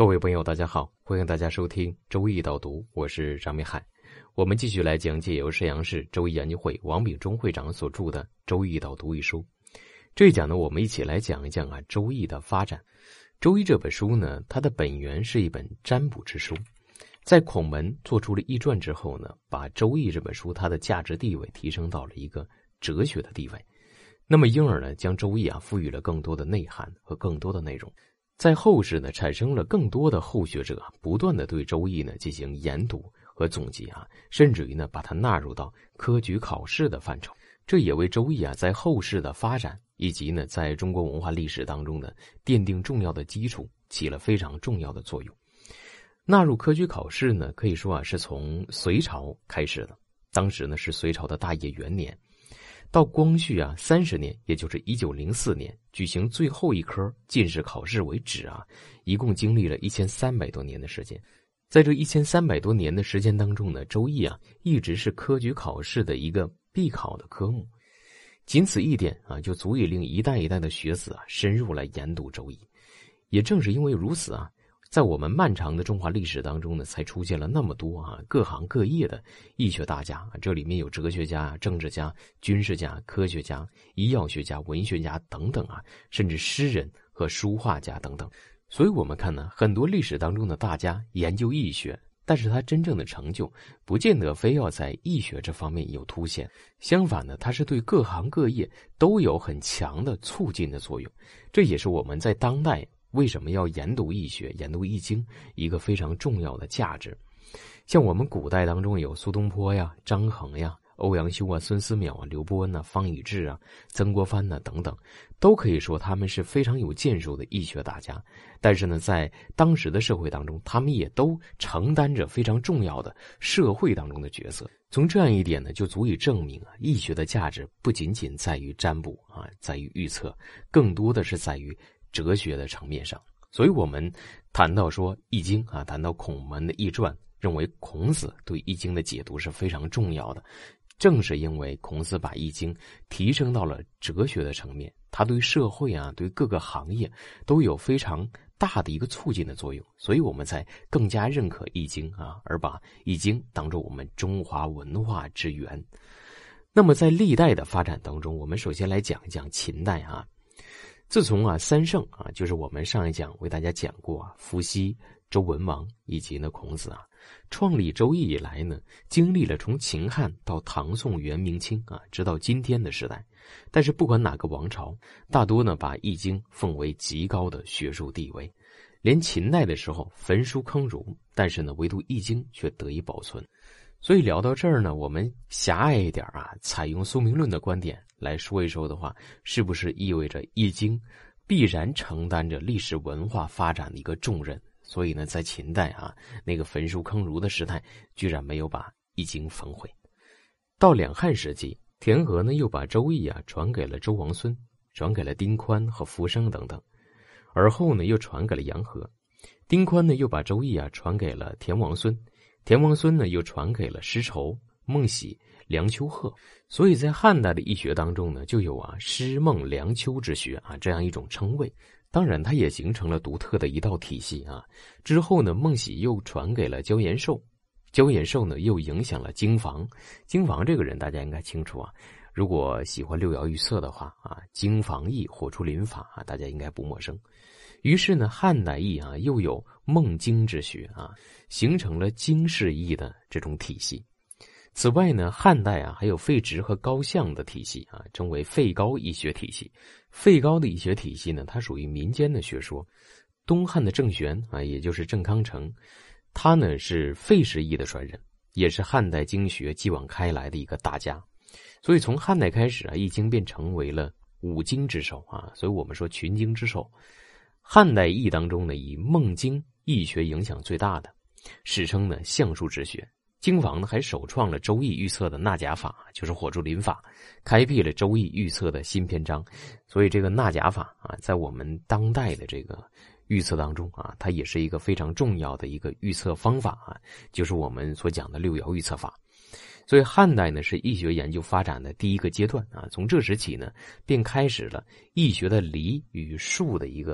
各位朋友大家好，欢迎大家收听周易导读，我是张明海。我们继续来讲解由沈阳市周易研究会王秉忠会长所著的《周易导读》一书。这一讲呢，我们一起来讲一讲周易的发展。周易这本书呢，它的本源是一本占卜之书，在孔门做出了易传之后呢，把周易这本书它的价值地位提升到了一个哲学的地位。那么因而呢，将周易赋予了更多的内涵和更多的内容。在后世呢，产生了更多的后学者不断的对周易呢进行研读和总结甚至于呢把它纳入到科举考试的范畴。这也为周易在后世的发展以及呢在中国文化历史当中呢奠定重要的基础，起了非常重要的作用。纳入科举考试呢，可以说是从隋朝开始的，当时呢是隋朝的大业元年。到光绪30年，也就是1904年举行最后一科进士考试为止一共经历了1300多年的时间。在这1300多年的时间当中呢，周易一直是科举考试的一个必考的科目。仅此一点就足以令一代一代的学子深入来研读周易。也正是因为如此在我们漫长的中华历史当中呢，才出现了那么多各行各业的易学大家。这里面有哲学家、政治家、军事家、科学家、医药学家、文学家等等甚至诗人和书画家等等。所以我们看呢，很多历史当中的大家研究易学，但是他真正的成就不见得非要在易学这方面有凸显，相反呢，他是对各行各业都有很强的促进的作用。这也是我们在当代为什么要研读易学、研读易经一个非常重要的价值。像我们古代当中有苏东坡张衡欧阳修孙思邈刘伯温方以智曾国藩等等，都可以说他们是非常有建树的易学大家。但是呢，在当时的社会当中，他们也都承担着非常重要的社会当中的角色。从这样一点呢，就足以证明易学的价值不仅仅在于占卜在于预测，更多的是在于哲学的层面上。所以我们谈到说易经谈到孔门的易传，认为孔子对易经的解读是非常重要的。正是因为孔子把易经提升到了哲学的层面，他对社会对各个行业都有非常大的一个促进的作用，所以我们才更加认可易经而把易经当作我们中华文化之源。那么在历代的发展当中，我们首先来讲一讲秦代自从三圣就是我们上一讲为大家讲过伏羲、周文王以及孔子创立周易以来呢，经历了从秦汉到唐宋元明清直到今天的时代。但是不管哪个王朝，大多呢把易经奉为极高的学术地位。连秦代的时候焚书坑儒，但是呢唯独易经却得以保存。所以聊到这儿呢，我们狭隘一点采用宿命论的观点来说一说的话，是不是意味着易经必然承担着历史文化发展的一个重任？所以呢，在秦代那个焚书坑儒的时代，居然没有把易经焚毁。到两汉时期，田和呢又把周易传给了周王孙，传给了丁宽和浮生等等，而后呢又传给了杨和。丁宽呢又把周易传给了田王孙，田王孙呢又传给了师仇、孟喜、梁丘贺。所以在汉代的易学当中呢，就有师孟梁丘之学这样一种称谓。当然它也形成了独特的一道体系之后呢，孟喜又传给了焦延寿，焦延寿呢又影响了经房。经房这个人大家应该清楚如果喜欢六爻预测的话经房易、火出临法大家应该不陌生。于是呢，汉代易又有孟经之学形成了经世易的这种体系。此外呢，汉代还有费直和高象的体系称为费高易学体系。费高的易学体系呢，它属于民间的学说。东汉的郑玄也就是郑康成，他呢是费氏易的传人，也是汉代经学继往开来的一个大家。所以从汉代开始易经便成为了五经之首所以我们说群经之首。汉代易当中呢，以孟经易学影响最大的，史称呢象数之学。经房呢还首创了周易预测的纳甲法，就是火柱临法，开辟了周易预测的新篇章。所以这个纳甲法在我们当代的这个预测当中它也是一个非常重要的一个预测方法就是我们所讲的六爻预测法。所以汉代呢是易学研究发展的第一个阶段从这时起呢，便开始了易学的离与数的一个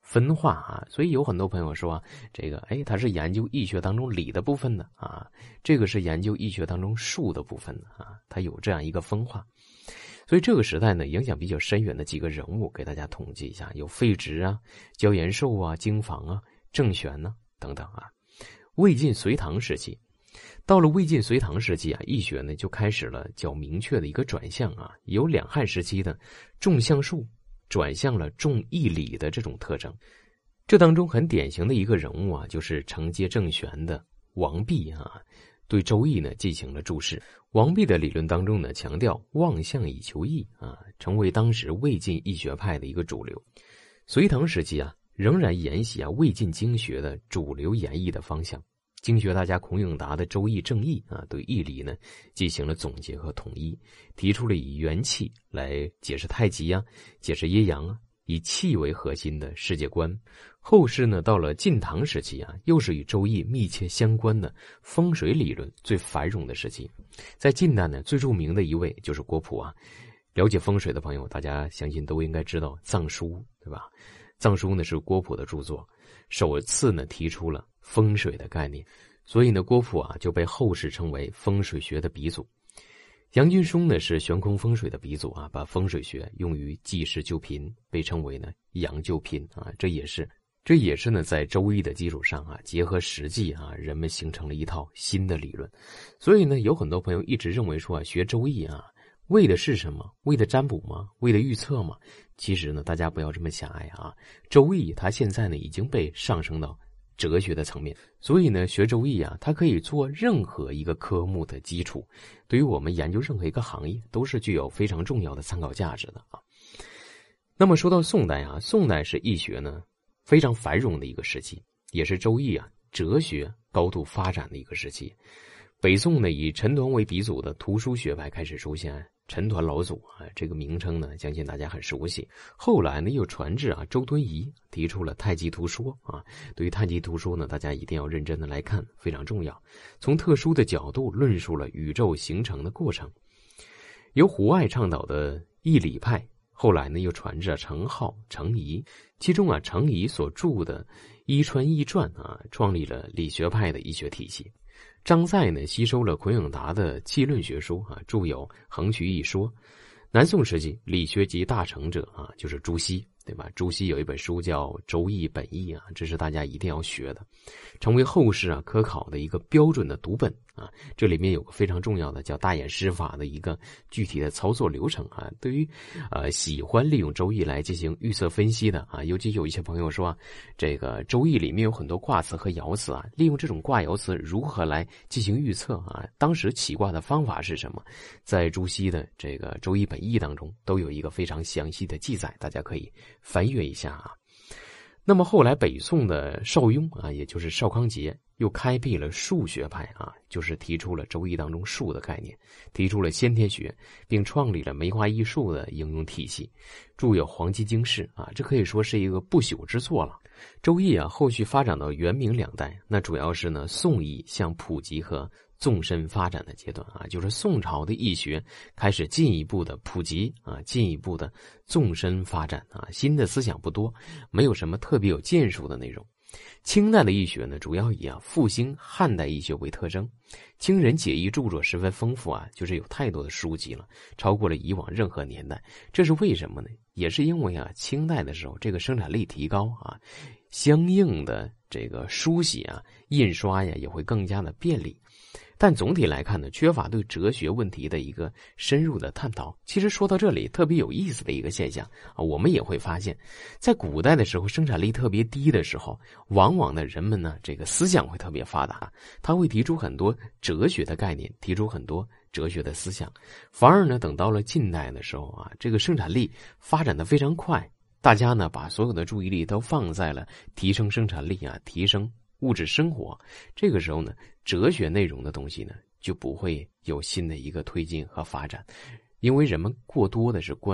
分化啊，所以有很多朋友说这个他是研究易学当中理的部分的啊，这个是研究易学当中术的部分的啊，它有这样一个分化。所以这个时代呢，影响比较深远的几个人物给大家统计一下，有费直啊、焦延寿啊、经房啊、郑玄啊等等啊。魏晋隋唐时期，到了魏晋隋唐时期啊，易学呢就开始了较明确的一个转向啊，由两汉时期的重象术转向了重义理的这种特征。这当中很典型的一个人物啊，就是承接郑玄的王弼啊，对周易呢进行了注释。王弼的理论当中呢，强调望象以求易啊，成为当时魏晋易学派的一个主流。隋唐时期啊，仍然沿袭魏晋经学的主流演绎的方向。经学大家孔颖达的《周易正义》啊，对易理呢进行了总结和统一，提出了以元气来解释太极啊，解释阴阳啊，以气为核心的世界观。后世呢，到了晋唐时期啊，又是与周易密切相关的风水理论最繁荣的时期。在晋代呢，最著名的一位就是郭璞啊。了解风水的朋友，大家相信都应该知道《藏书》，对吧？《藏书》呢是郭璞的著作，首次呢提出了风水的概念，所以呢，郭璞啊就被后世称为风水学的鼻祖。杨君松呢是悬空风水的鼻祖啊，把风水学用于济世救贫，被称为呢杨救贫啊，这也是呢在周易的基础上啊，结合实际啊，人们形成了一套新的理论。所以呢，有很多朋友一直认为说啊，学周易啊，为的是什么？为的占卜吗？为的预测吗？其实呢，大家不要这么狭隘啊。周易它现在呢已经被上升到哲学的层面，所以呢，学周易啊，它可以做任何一个科目的基础，对于我们研究任何一个行业都是具有非常重要的参考价值的啊。那么说到宋代啊，宋代是易学呢非常繁荣的一个时期，也是周易啊哲学高度发展的一个时期。北宋呢，以陈抟为鼻祖的图书学派开始出现，陈抟老祖啊，这个名称呢，相信大家很熟悉。后来呢，又传至周敦颐，提出了太极图说啊。对于太极图说呢，大家一定要认真的来看，非常重要。从特殊的角度论述了宇宙形成的过程。由胡爱倡导的易理派，后来呢又传至程颢、程颐，其中程颐所著的《伊川易传》啊，创立了理学派的医学体系。张载呢吸收了孔颖达的气论学说啊，著有《横渠易说》。南宋时期理学集大成者啊，就是朱熹，对吧？朱熹有一本书叫《周易本义》啊，这是大家一定要学的，成为后世科考的一个标准的读本啊。这里面有个非常重要的叫大演师法的一个具体的操作流程啊。对于喜欢利用周易来进行预测分析的啊，尤其有一些朋友说这个周易里面有很多卦辞和爻辞啊，利用这种卦爻辞如何来进行预测啊？当时起卦的方法是什么？在朱熹的这个《周易本义》当中都有一个非常详细的记载，大家可以翻阅一下啊。那么后来北宋的邵雍啊，也就是邵康节，又开辟了数学派啊，就是提出了周易当中数的概念，提出了先天学，并创立了梅花易数的应用体系，著有《黄基经世》啊，这可以说是一个不朽之作了。周易啊，后续发展到元明两代，那主要是呢宋易向普及和纵深发展的阶段啊，就是宋朝的易学开始进一步的普及啊，进一步的纵深发展啊，新的思想不多，没有什么特别有建树的内容。清代的易学呢，主要以复兴汉代易学为特征，清人解易著作十分丰富啊，就是有太多的书籍了，超过了以往任何年代。这是为什么呢？也是因为清代的时候这个生产力提高啊，相应的这个书写印刷也会更加的便利。但总体来看呢，缺乏对哲学问题的一个深入的探讨。其实说到这里，特别有意思的一个现象啊，我们也会发现，在古代的时候，生产力特别低的时候，往往的人们呢，这个思想会特别发达，他会提出很多哲学的概念，提出很多哲学的思想。反而呢，等到了近代的时候啊，这个生产力发展的非常快，大家呢把所有的注意力都放在了提升生产力提升物质生活，这个时候呢，哲学内容的东西呢就不会有新的一个推进和发展，因为人们过多的是关注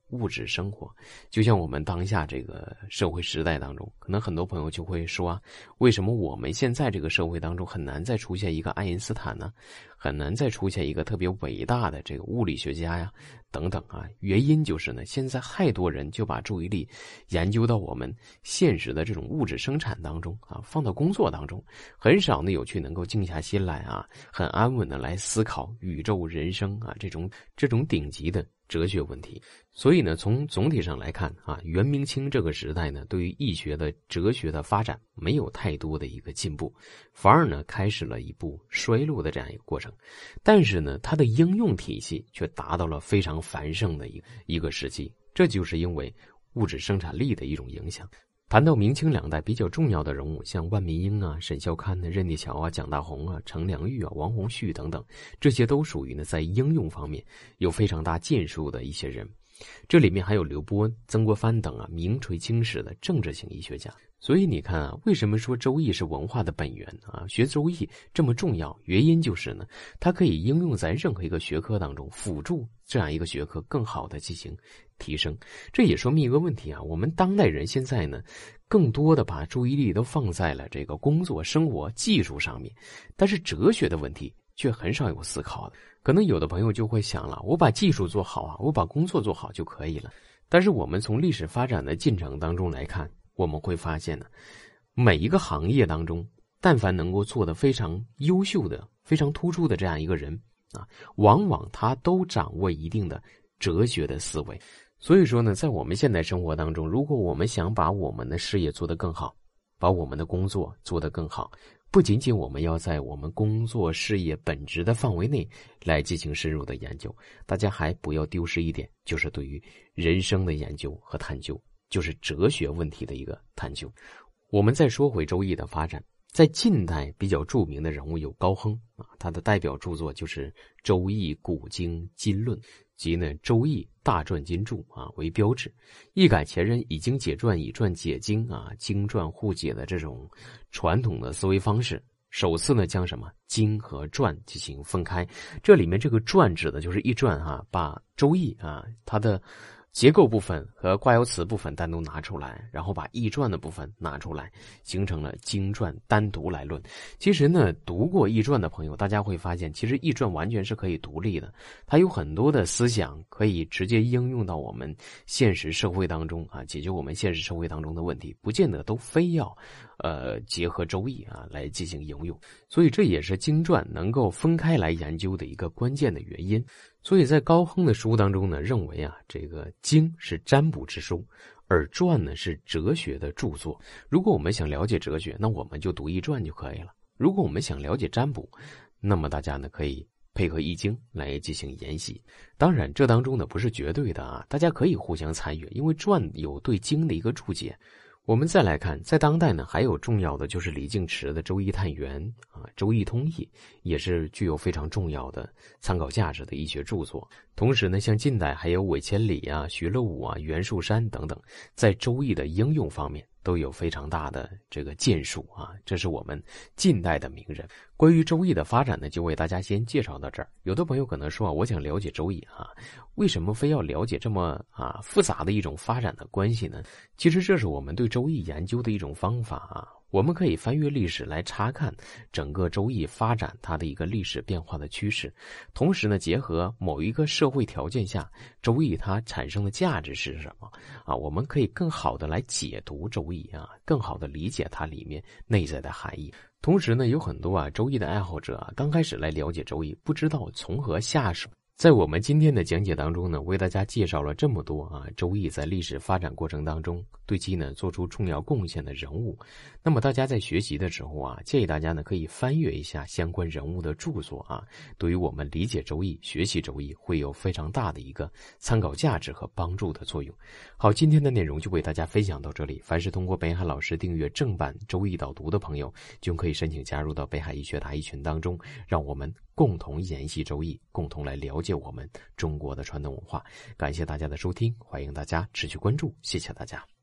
物质生活。就像我们当下这个社会时代当中，可能很多朋友就会说啊，为什么我们现在这个社会当中很难再出现一个爱因斯坦呢？很难再出现一个特别伟大的这个物理学家呀，等等啊。原因就是呢，现在太多人就把注意力研究到我们现实的这种物质生产当中啊，放到工作当中，很少呢有去能够静下心来啊，很安稳的来思考宇宙人生啊这种顶级的哲学问题。所以呢，从总体上来看啊，元明清这个时代呢，对于易学的哲学的发展没有太多的一个进步，反而呢开始了一步衰落的这样一个过程。但是呢，它的应用体系却达到了非常繁盛的一个时期，这就是因为物质生产力的一种影响。谈到明清两代比较重要的人物，像万民英啊、沈孝戡啊、任地桥啊、蒋大闳啊、程良玉啊、王洪绪等等，这些都属于呢在应用方面有非常大建树的一些人。这里面还有刘伯温、曾国藩等啊名垂青史的政治性医学家。所以你看啊，为什么说周易是文化的本源啊？学周易这么重要，原因就是呢，它可以应用在任何一个学科当中，辅助这样一个学科更好的进行提升。这也说明一个问题啊，我们当代人现在呢，更多的把注意力都放在了这个工作、生活、技术上面，但是哲学的问题却很少有思考的。可能有的朋友就会想了，我把技术做好啊，我把工作做好就可以了。但是我们从历史发展的进程当中来看，我们会发现呢，每一个行业当中，但凡能够做得非常优秀的、非常突出的这样一个人啊，往往他都掌握一定的哲学的思维。所以说呢，在我们现代生活当中，如果我们想把我们的事业做得更好，把我们的工作做得更好，不仅仅我们要在我们工作事业本职的范围内来进行深入的研究，大家还不要丢失一点，就是对于人生的研究和探究，就是哲学问题的一个探究。我们再说回周易的发展，在近代比较著名的人物有高亨啊，他的代表著作就是《周易古今今论》，即呢《周易大传经注》啊为标志，一改前人以经解传、以传解经啊、经传互解的这种传统的思维方式，首次呢将什么经和传进行分开。这里面这个传指的就是易传啊，把周易啊它的结构部分和卦爻辞部分单独拿出来，然后把易传的部分拿出来，形成了经传单独来论。其实呢，读过易传的朋友，大家会发现，其实易传完全是可以独立的，它有很多的思想可以直接应用到我们现实社会当中啊，解决我们现实社会当中的问题，不见得都非要结合周易啊来进行应用。所以这也是经传能够分开来研究的一个关键的原因。所以在高亨的书当中呢，认为啊，这个经是占卜之书，而传呢是哲学的著作。如果我们想了解哲学，那我们就读易传就可以了。如果我们想了解占卜，那么大家呢可以配合易经来进行研习。当然这当中呢不是绝对的啊，大家可以互相参与，因为传有对经的一个注解。我们再来看，在当代呢，还有重要的就是李敬池的《周易探源》啊，《周易通义》也是具有非常重要的参考价值的医学著作。同时呢，像近代还有韦千里啊、徐乐武啊、袁树山等等，在周易的应用方面都有非常大的这个建树啊，这是我们近代的名人。关于周易的发展呢，就为大家先介绍到这儿。有的朋友可能说啊，我想了解周易啊，为什么非要了解这么复杂的一种发展的关系呢？其实这是我们对周易研究的一种方法啊。我们可以翻阅历史来查看整个周易发展它的一个历史变化的趋势，同时呢，结合某一个社会条件下周易它产生的价值是什么啊，我们可以更好的来解读周易啊，更好的理解它里面内在的含义。同时呢，有很多周易的爱好者刚开始来了解周易，不知道从何下手。在我们今天的讲解当中呢，为大家介绍了这么多周易在历史发展过程当中对其呢做出重要贡献的人物。那么大家在学习的时候建议大家呢可以翻阅一下相关人物的著作对于我们理解周易、学习周易会有非常大的一个参考价值和帮助的作用。好，今天的内容就为大家分享到这里。凡是通过北海老师订阅正版周易导读的朋友，就可以申请加入到北海易学答疑群当中，让我们共同研习周易，共同来了解我们中国的传统文化。感谢大家的收听，欢迎大家持续关注，谢谢大家。